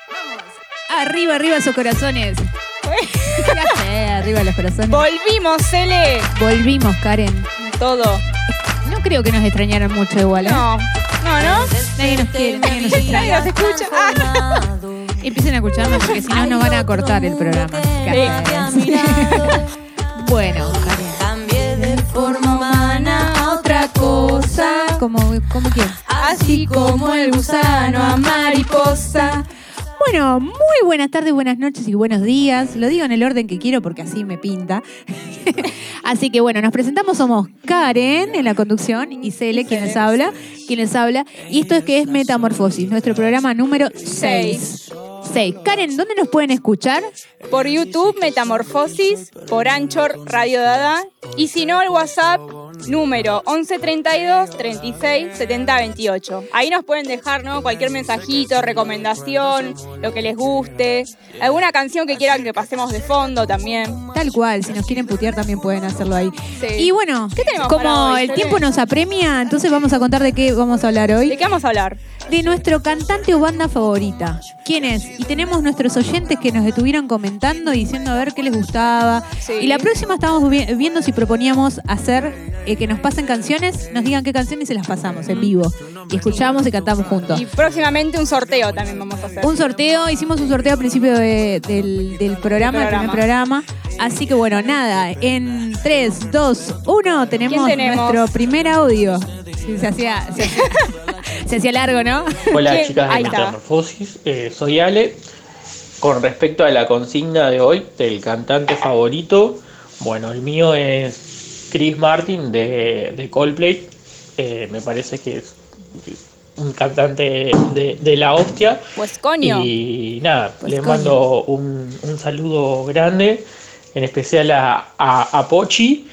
Arriba, arriba esos corazones. ¿Qué hace? Arriba los corazones. Volvimos, Cele. Volvimos, Karen. Todo. No creo que nos extrañaran mucho igual, ¿eh? No. Nadie nos quiere, nadie nos extraña. Nadie nos escucha. Empiecen a escucharnos porque si no nos van a cortar el programa. Bueno, Karen. Cambié de forma humana a otra cosa. ¿Cómo quién? Así como el gusano a mariposa. Bueno, muy buenas tardes, buenas noches y buenos días. Lo digo en el orden que quiero porque así me pinta. Así que bueno, nos presentamos, somos Karen en la conducción y Cele, quien les habla. Y esto es que es Metamorfosis, nuestro programa número 6. Karen, ¿dónde nos pueden escuchar? Por YouTube, Metamorfosis, por Anchor, Radio Dada. Y si no, el WhatsApp, número 11 32 36 70 28. Ahí nos pueden dejar, ¿no?, cualquier mensajito, recomendación, lo que les guste, alguna canción que quieran que pasemos de fondo también. Tal cual, si nos quieren putear también pueden hacerlo ahí. Sí. Y bueno, ¿Qué tenemos para como hoy, el Cele? tiempo nos apremia, entonces vamos a contar de qué vamos a hablar hoy. ¿De qué vamos a hablar? De nuestro cantante o banda favorita. ¿Quién es? Y tenemos nuestros oyentes que nos estuvieron comentando y diciendo a ver qué les gustaba. Sí. Y la próxima estábamos viendo si proponíamos hacer que nos pasen canciones, nos digan qué canciones y se las pasamos en vivo. Y escuchamos y cantamos juntos. Y próximamente un sorteo también vamos a hacer. Un sorteo, hicimos un sorteo al principio del programa, el primer programa. Así que bueno, nada, en 3, 2, 1 tenemos nuestro primer audio. Sí, se hacía largo, ¿no? Hola ¿Quién? chicas de Ahí está. Metamorfosis, soy Ale. Con respecto a la consigna de hoy del cantante favorito, bueno, el mío es Chris Martin de Coldplay. Me parece que es un cantante de la hostia. Pues coño. Y nada, les mando un saludo grande, en especial a Pochi.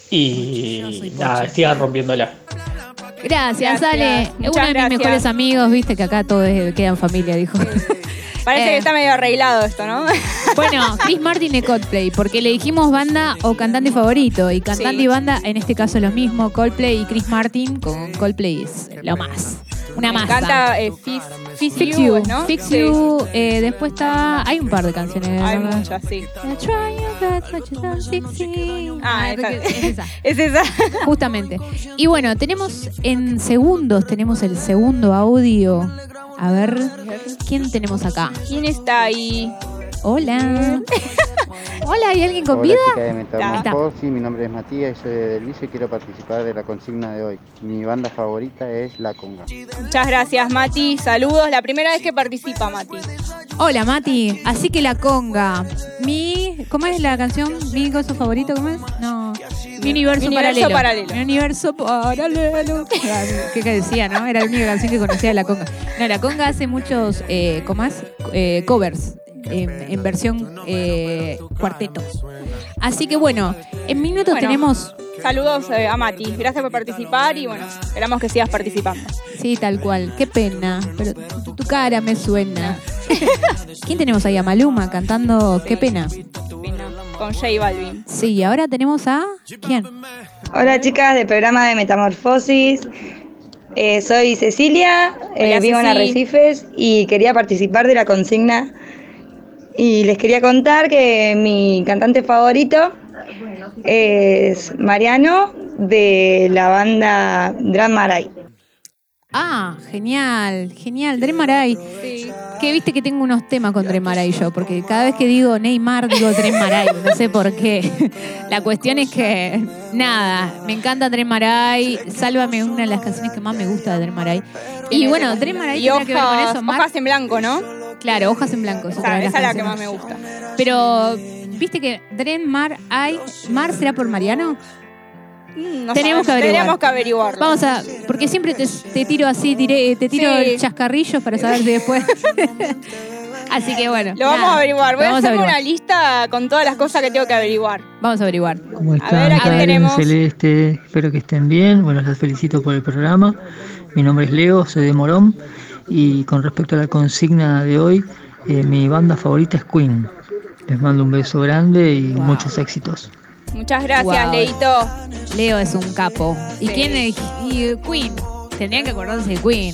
Y nada, sigan rompiéndola. Gracias, Ale. Muchas Uno de mis gracias. mejores amigos, viste que acá todos quedan familia, dijo. Parece que está medio arreglado esto, ¿no? Bueno, Chris Martin de Coldplay, porque le dijimos banda o cantante favorito. Y cantante Sí. y banda, en este caso lo mismo, Coldplay y Chris Martin con Coldplay es lo más. Una Me masa. encanta Fix Fix You, You, ¿no? Fix Sí. You. Después está. Hay un par de canciones. Hay ¿verdad? muchas, sí. Try your best, but you don't succeed. Esa. Es esa. Es esa. Justamente. Y bueno, tenemos en segundos, tenemos el segundo audio. A ver, ¿quién tenemos acá? ¿Quién está ahí? Hola. Hola, ¿hay alguien con Hola vida? chicas de Metamorfosis, mi nombre es Matías y soy de Delviso y quiero participar de la consigna de hoy. Mi banda favorita es La Conga. Muchas gracias, Mati. Saludos. La primera vez que participa, Mati. Hola, Mati. Así que La Conga. ¿Cómo es la canción? ¿Mi gozo favorito? ¿Cómo es? No. Mi universo paralelo. Mi universo paralelo. ¿Qué decía, no? Era la única canción que conocía de La Conga. No, La Conga hace muchos, ¿cómo es? Covers. En versión cuarteto. Así que bueno, en minutos tenemos... Saludos a Mati. Gracias por participar y bueno, esperamos que sigas participando. Sí, tal cual. Qué pena. Pero tu cara me suena. ¿Quién tenemos ahí? A Maluma cantando Qué pena. Con J Balvin. Sí, y ahora tenemos a... ¿Quién? Hola chicas del programa de Metamorfosis, soy Cecilia, Hola, vivo en Ceci. Arrecifes y quería participar de la consigna y les quería contar que mi cantante favorito es Mariano de la banda Drum Maray. Ah, genial, Dre Maray. Sí. Que viste que tengo unos temas con Dre Maray yo, porque cada vez que digo Neymar digo Dre Maray, no sé por qué. La cuestión es que, nada, me encanta Dre Maray, Sálvame, una de las canciones que más me gusta de Dre Maray. Y bueno, Dre Maray Y tiene que ver con eso. hojas en blanco, ¿no? Claro, Hojas en Blanco. Esa es la que más me gusta. Pero, ¿viste que Dre Maray, Mar será por Mariano? No Tenemos sabemos, que Tenemos que averiguarlo. Vamos a, porque siempre te tiro así, te tiro Sí. chascarrillos para saber si después. Así que bueno. Lo vamos a averiguar. Voy a Vamos a hacerme averiguar. una lista con todas las cosas que tengo que averiguar. Vamos a averiguar. ¿Cómo A ver, están? aquí Karen, tenemos- Celeste, espero que estén bien. Bueno, les felicito por el programa. Mi nombre es Leo, soy de Morón. Y con respecto a la consigna de hoy, mi banda favorita es Queen. Les mando un beso grande y muchos éxitos. Muchas gracias, Wow. Leito. Leo es un capo. ¿Y Sí. quién es? Y Queen. Tendrían que acordarse de Queen.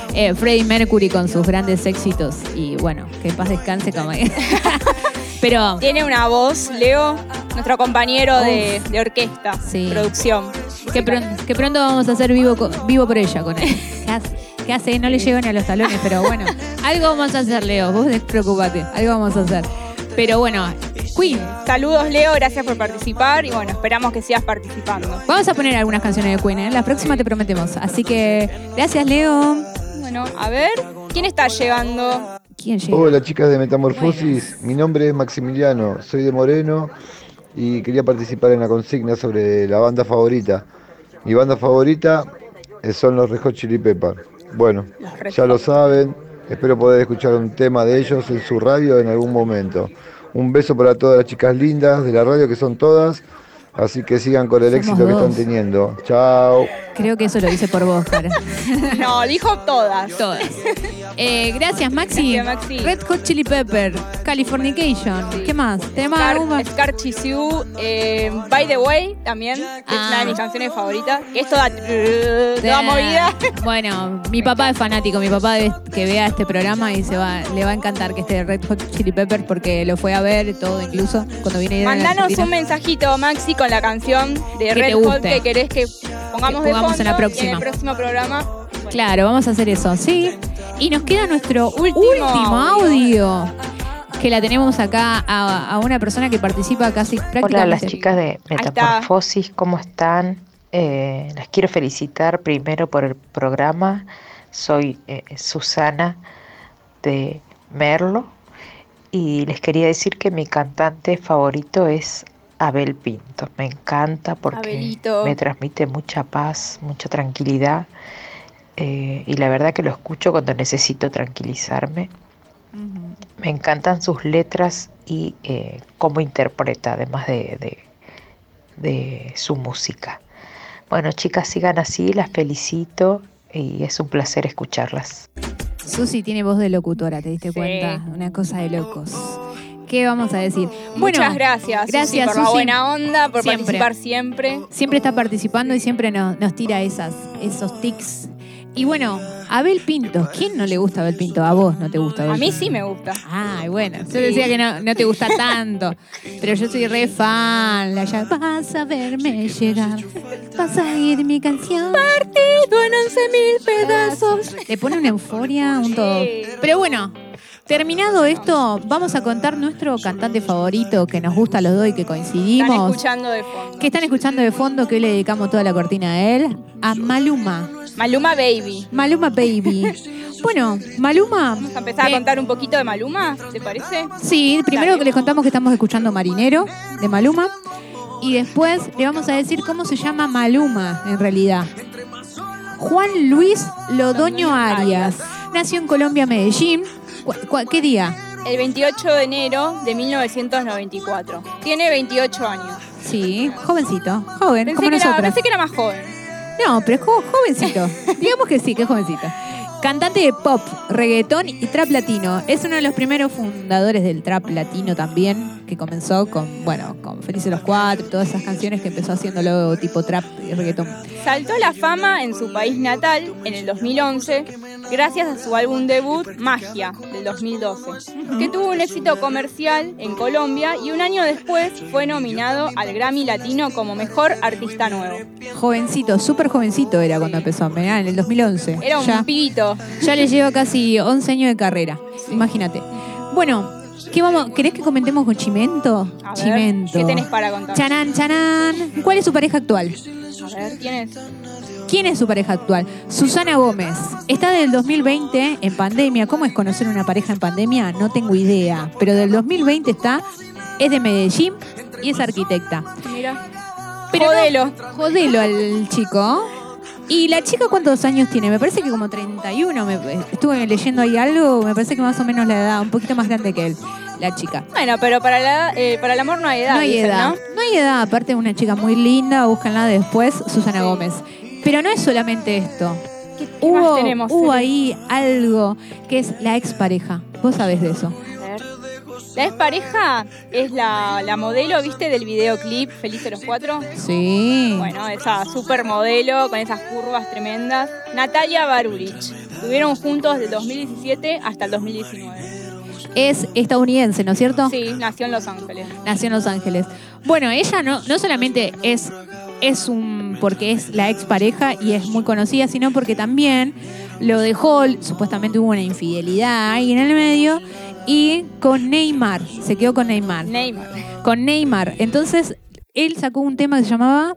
Freddie Mercury con sus grandes éxitos. Y bueno, que paz descanse como Pero tiene una voz, Leo, nuestro compañero de orquesta, producción. Que pronto vamos a hacer vivo por ella con él. ¿Qué hace? No le llego ni a los talones, pero bueno. Algo vamos a hacer, Leo. Vos despreocupate. Algo vamos a hacer. Pero bueno, Queen. Saludos, Leo. Gracias por participar. Y bueno, esperamos que sigas participando. Vamos a poner algunas canciones de Queen, ¿eh? La próxima te prometemos. Así que, gracias, Leo. Bueno, a ver. ¿Quién está llegando? ¿Quién llega? Hola, chicas de Metamorfosis. Bueno. Mi nombre es Maximiliano. Soy de Moreno y quería participar en la consigna sobre la banda favorita. Mi banda favorita son los Red Hot Chili Peppers. Bueno, ya lo saben. Espero poder escuchar un tema de ellos en su radio en algún momento. Un beso para todas las chicas lindas de la radio, que son todas. Así que sigan con el éxito que están teniendo. Chao. Creo que eso lo dice por vos, Karen. No, dijo todas. Todas. Gracias, Maxi. Gracias, Maxi. Red Hot Chili Pepper, Californication. Sí. ¿Qué más? ¿Tenemos alguna? Scar Tissue, By the Way, también, que es una de mis canciones favoritas. Que es toda movida. Bueno, mi papá es fanático. Mi papá que vea este programa y le va a encantar que esté Red Hot Chili Pepper porque lo fue a ver todo, incluso cuando viene a ir a Mandanos un mensajito, Maxi, con la canción de Red Hot que querés que pongamos de fondo en la próxima. En el próximo programa. Claro, vamos a hacer eso, sí. Y nos queda nuestro último audio, que la tenemos acá a una persona que participa casi prácticamente. Hola, las chicas de Metamorfosis, ¿cómo están? Las quiero felicitar primero por el programa. Soy Susana de Merlo y les quería decir que mi cantante favorito es Abel Pinto. Me encanta porque Abelito me transmite mucha paz, mucha tranquilidad y la verdad que lo escucho cuando necesito tranquilizarme. Me encantan sus letras y cómo interpreta, además de su música. Bueno, chicas, sigan así, las felicito y es un placer escucharlas. Susi tiene voz de locutora, ¿te diste cuenta? Una cosa de locos. ¿Qué vamos a decir? Muchas gracias, Susi, por la buena onda, por participar siempre. Siempre está participando y siempre nos tira esos tics. Y bueno, Abel Pinto. ¿Quién no le gusta Abel Pinto? A vos no te gusta Abel Pinto. A mí sí me gusta. Ay, bueno. Yo decía que no te gusta tanto. Pero yo soy re fan. Vas a verme llegar. Vas a oír mi canción. Partido en 11.000 pedazos. Le pone una euforia, un todo. Pero bueno, terminado esto, vamos a contar nuestro cantante favorito que nos gusta a los dos y que coincidimos. Están escuchando de fondo. Que están escuchando de fondo, que hoy le dedicamos toda la cortina a él. A Maluma. Maluma Baby. Maluma Baby. Bueno, Maluma... Vamos a empezar a contar un poquito de Maluma, ¿te parece? Sí, primero que les contamos que estamos escuchando Marinero, de Maluma. Y después le vamos a decir cómo se llama Maluma, en realidad. Juan Luis Lodoño Arias. Nació en Colombia, Medellín. ¿Qué día? El 28 de enero de 1994. Tiene 28 años. Sí, jovencito. Joven, como nosotros. Pensé que era más joven. No, pero es jovencito. Digamos que sí, que es jovencito. Cantante de pop, reggaetón y trap latino. Es uno de los primeros fundadores del trap latino también, que comenzó con Felices los Cuatro, todas esas canciones que empezó haciéndolo tipo trap y reggaetón. Saltó a la fama en su país natal en el 2011, gracias a su álbum debut Magia, del 2012, que tuvo un éxito comercial en Colombia y un año después fue nominado al Grammy Latino como Mejor Artista Nuevo. Jovencito, súper jovencito era cuando empezó, mirá, en el 2011. Era un pibito. Ya le lleva casi 11 años de carrera, imagínate. Bueno, ¿querés que comentemos con Chimento? A ver, Chimento. ¿Qué tenés para contar? Chanán. ¿Cuál es su pareja actual? A ver, ¿quién es? ¿Quién es su pareja actual? Susana Gómez. Está del 2020 en pandemia. ¿Cómo es conocer una pareja en pandemia? No tengo idea. Pero del 2020 está, es de Medellín y es arquitecta. Mira. Pero jodelo al chico. ¿Y la chica cuántos años tiene? Me parece que como 31. Estuve leyendo ahí algo, me parece que más o menos la edad, un poquito más grande que él, la chica. Bueno, pero para el amor no hay edad. No hay edad. No hay edad, aparte de una chica muy linda, búscanla después, Susana Gómez. Pero no es solamente esto. ¿Qué más tenemos? Hubo ahí algo que es la expareja. ¿Vos sabés de eso? La expareja es la modelo, ¿viste? Del videoclip Felices los Cuatro. Sí. Bueno, esa supermodelo con esas curvas tremendas. Natalia Barulich. Estuvieron juntos del 2017 hasta el 2019. Es estadounidense, ¿no es cierto? Sí, nació en Los Ángeles. Nació en Los Ángeles. Bueno, ella no solamente es porque es la expareja y es muy conocida, sino porque también lo dejó, supuestamente hubo una infidelidad ahí en el medio, y con Neymar, se quedó con Neymar. Con Neymar. Entonces, él sacó un tema que se llamaba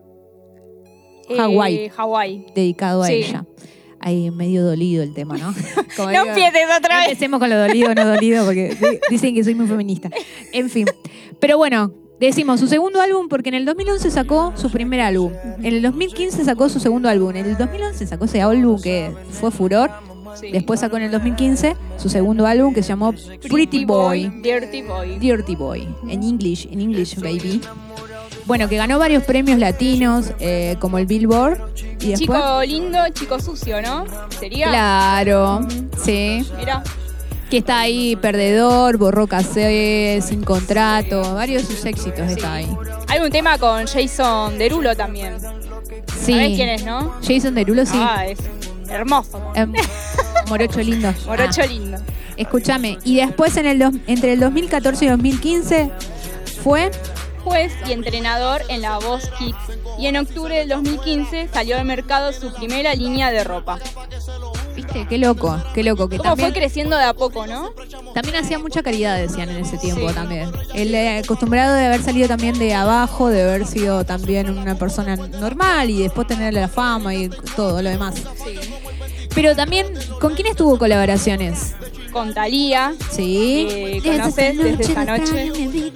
Hawái. Dedicado a ella. Ahí medio dolido el tema, ¿no? No empieces otra vez. Empecemos con lo dolido, no dolido, porque dicen que soy muy feminista. En fin. Pero bueno, decimos su segundo álbum porque en el 2011 sacó su primer álbum. En el 2015 sacó su segundo álbum. En el 2011 sacó ese álbum que fue furor. Sí. Después sacó en el 2015 su segundo álbum que se llamó Pretty Boy. Dirty Boy. En English, baby. Bueno, que ganó varios premios latinos, como el Billboard. Y después, chico lindo, chico sucio, ¿no? ¿Sería? Claro, sí. Mira. Que está ahí, Perdedor, Borró Casé, Sin Contrato, varios de sus éxitos está ahí. Hay un tema con Jason Derulo también. Sí. ¿Sabés quién es, no? Jason Derulo, sí. Es hermoso. Morocho lindo. Morocho lindo. Escúchame, y después entre el 2014 y 2015 fue juez y entrenador en La Voz Kids. Y en octubre del 2015 salió al mercado su primera línea de ropa. ¿Viste? Qué loco. Que ¿Cómo también fue creciendo de a poco, no? También hacía mucha caridad, decían en ese tiempo también. Él acostumbrado de haber salido también de abajo, de haber sido también una persona normal y después tener la fama y todo lo demás. Sí. Pero también, ¿con quiénes tuvo colaboraciones? Con Thalía. Sí. ¿Conoces Desde esa noche?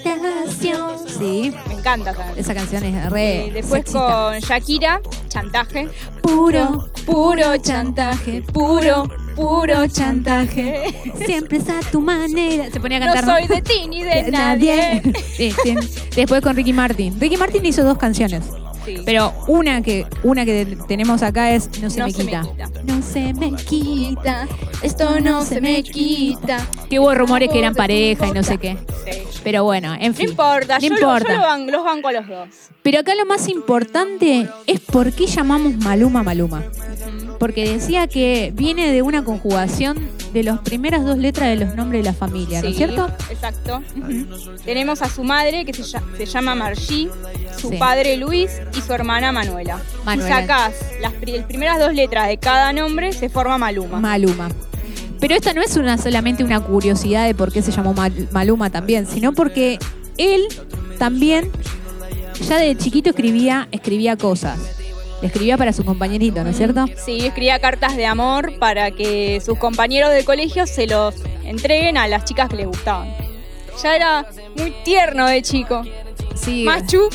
Sí. Me encanta esa canción es re después sexista. Con Shakira, Chantaje. Puro chantaje. Puro chantaje. Siempre es a tu manera. Se ponía a cantar. No soy de ti ni de nadie. Sí. Después con Ricky Martin. Ricky Martin hizo 2 canciones. Sí. Pero una que tenemos acá es No se me quita. No se me quita. Esto no se me quita. Que hubo rumores que eran pareja y no sé qué. Sí. Pero bueno, en fin. No importa. Yo los banco a los dos. Pero acá lo más importante es por qué llamamos Maluma Maluma. Porque decía que viene de una conjugación de las primeras 2 letras de los nombres de la familia, ¿no es cierto? Exacto. Tenemos a su madre, que se llama Margie, su padre Luis y su hermana Manuela. Si sacás las primeras 2 letras de cada nombre, se forma Maluma. Pero esta no es solamente una curiosidad de por qué se llamó Maluma también, sino porque él también ya de chiquito escribía cosas. Le escribía para su compañerito, ¿no es cierto? Sí, escribía cartas de amor para que sus compañeros de colegio se los entreguen a las chicas que les gustaban. Ya era muy tierno de chico. Sí. Machu.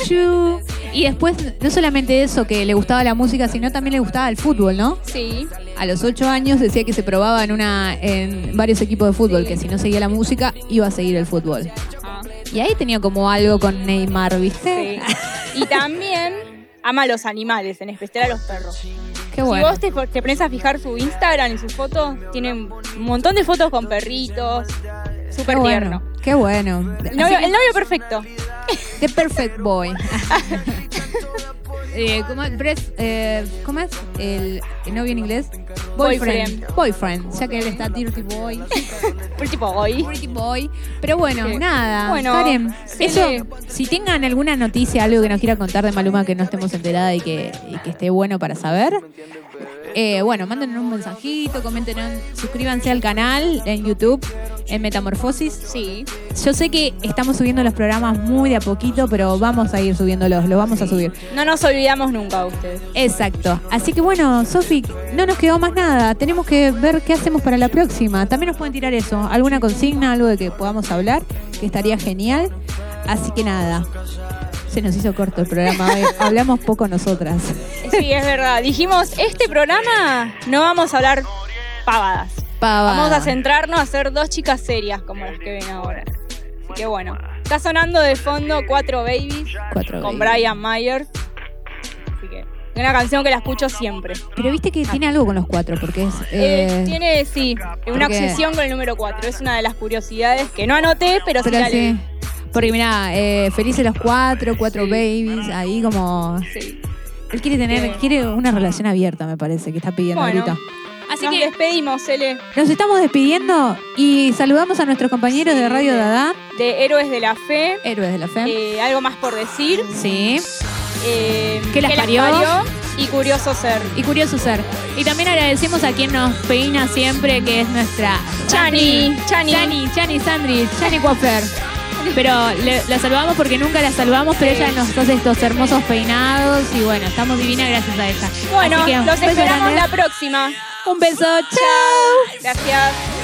Y después, no solamente eso, que le gustaba la música, sino también le gustaba el fútbol, ¿no? Sí. A los 8 años decía que se probaba en varios equipos de fútbol, que si no seguía la música, iba a seguir el fútbol. Y ahí tenía como algo con Neymar, ¿viste? Sí. Y también ama a los animales, en especial a los perros. Qué bueno. Si vos te pones a fijar su Instagram y sus fotos, tienen un montón de fotos con perritos. Súper tierno. Qué bueno. El novio perfecto. The Perfect Boy. ¿Cómo es el novio en inglés? Boyfriend. Ya que él está Dirty Boy. Pretty Boy. Pero bueno, nada. Bueno, Karen, si tengan alguna noticia, algo que nos quiera contar de Maluma que no estemos enteradas y que esté bueno para saber, mándenos un mensajito, comenten, suscríbanse al canal en YouTube, en Metamorfosis. Sí. Yo sé que estamos subiendo los programas muy de a poquito, pero vamos a ir subiéndolos, los vamos a subir. No nos olvidamos nunca de ustedes. Exacto. Así que bueno, Sofi, no nos quedó más nada. Tenemos que ver qué hacemos para la próxima. También nos pueden tirar eso, alguna consigna, algo de que podamos hablar, que estaría genial. Así que nada. Se nos hizo corto el programa hoy. Hablamos poco nosotras. Sí, es verdad. Dijimos, este programa no vamos a hablar pavadas. Vamos a centrarnos a ser 2 chicas serias como las que ven ahora. Así que bueno, está sonando de fondo 4 Babies con Brian Mayer. Así que una canción que la escucho siempre. Pero viste que tiene algo con los 4, porque es... tiene, una obsesión con el número 4. Es una de las curiosidades que no anoté, pero sí la leí. Porque mirá, felices los 4 babies, ahí como... Sí. Él quiere una relación abierta, me parece, que está pidiendo ahorita. Así que despedimos, Cele. Nos estamos despidiendo y saludamos a nuestros compañeros de Radio Dada. De Héroes de la Fe. Héroes de la Fe. ¿Algo más por decir? Sí. ¿Qué las parió? Y Curioso Ser. Y Curioso Ser. Y también agradecemos a quien nos peina siempre, que es nuestra Chani Sandri, Chani Coafer. Pero la saludamos porque nunca la salvamos, pero ella nos hace estos hermosos peinados y bueno, estamos divinas gracias a ella. Bueno, los esperamos la próxima. Un beso, chao. Gracias.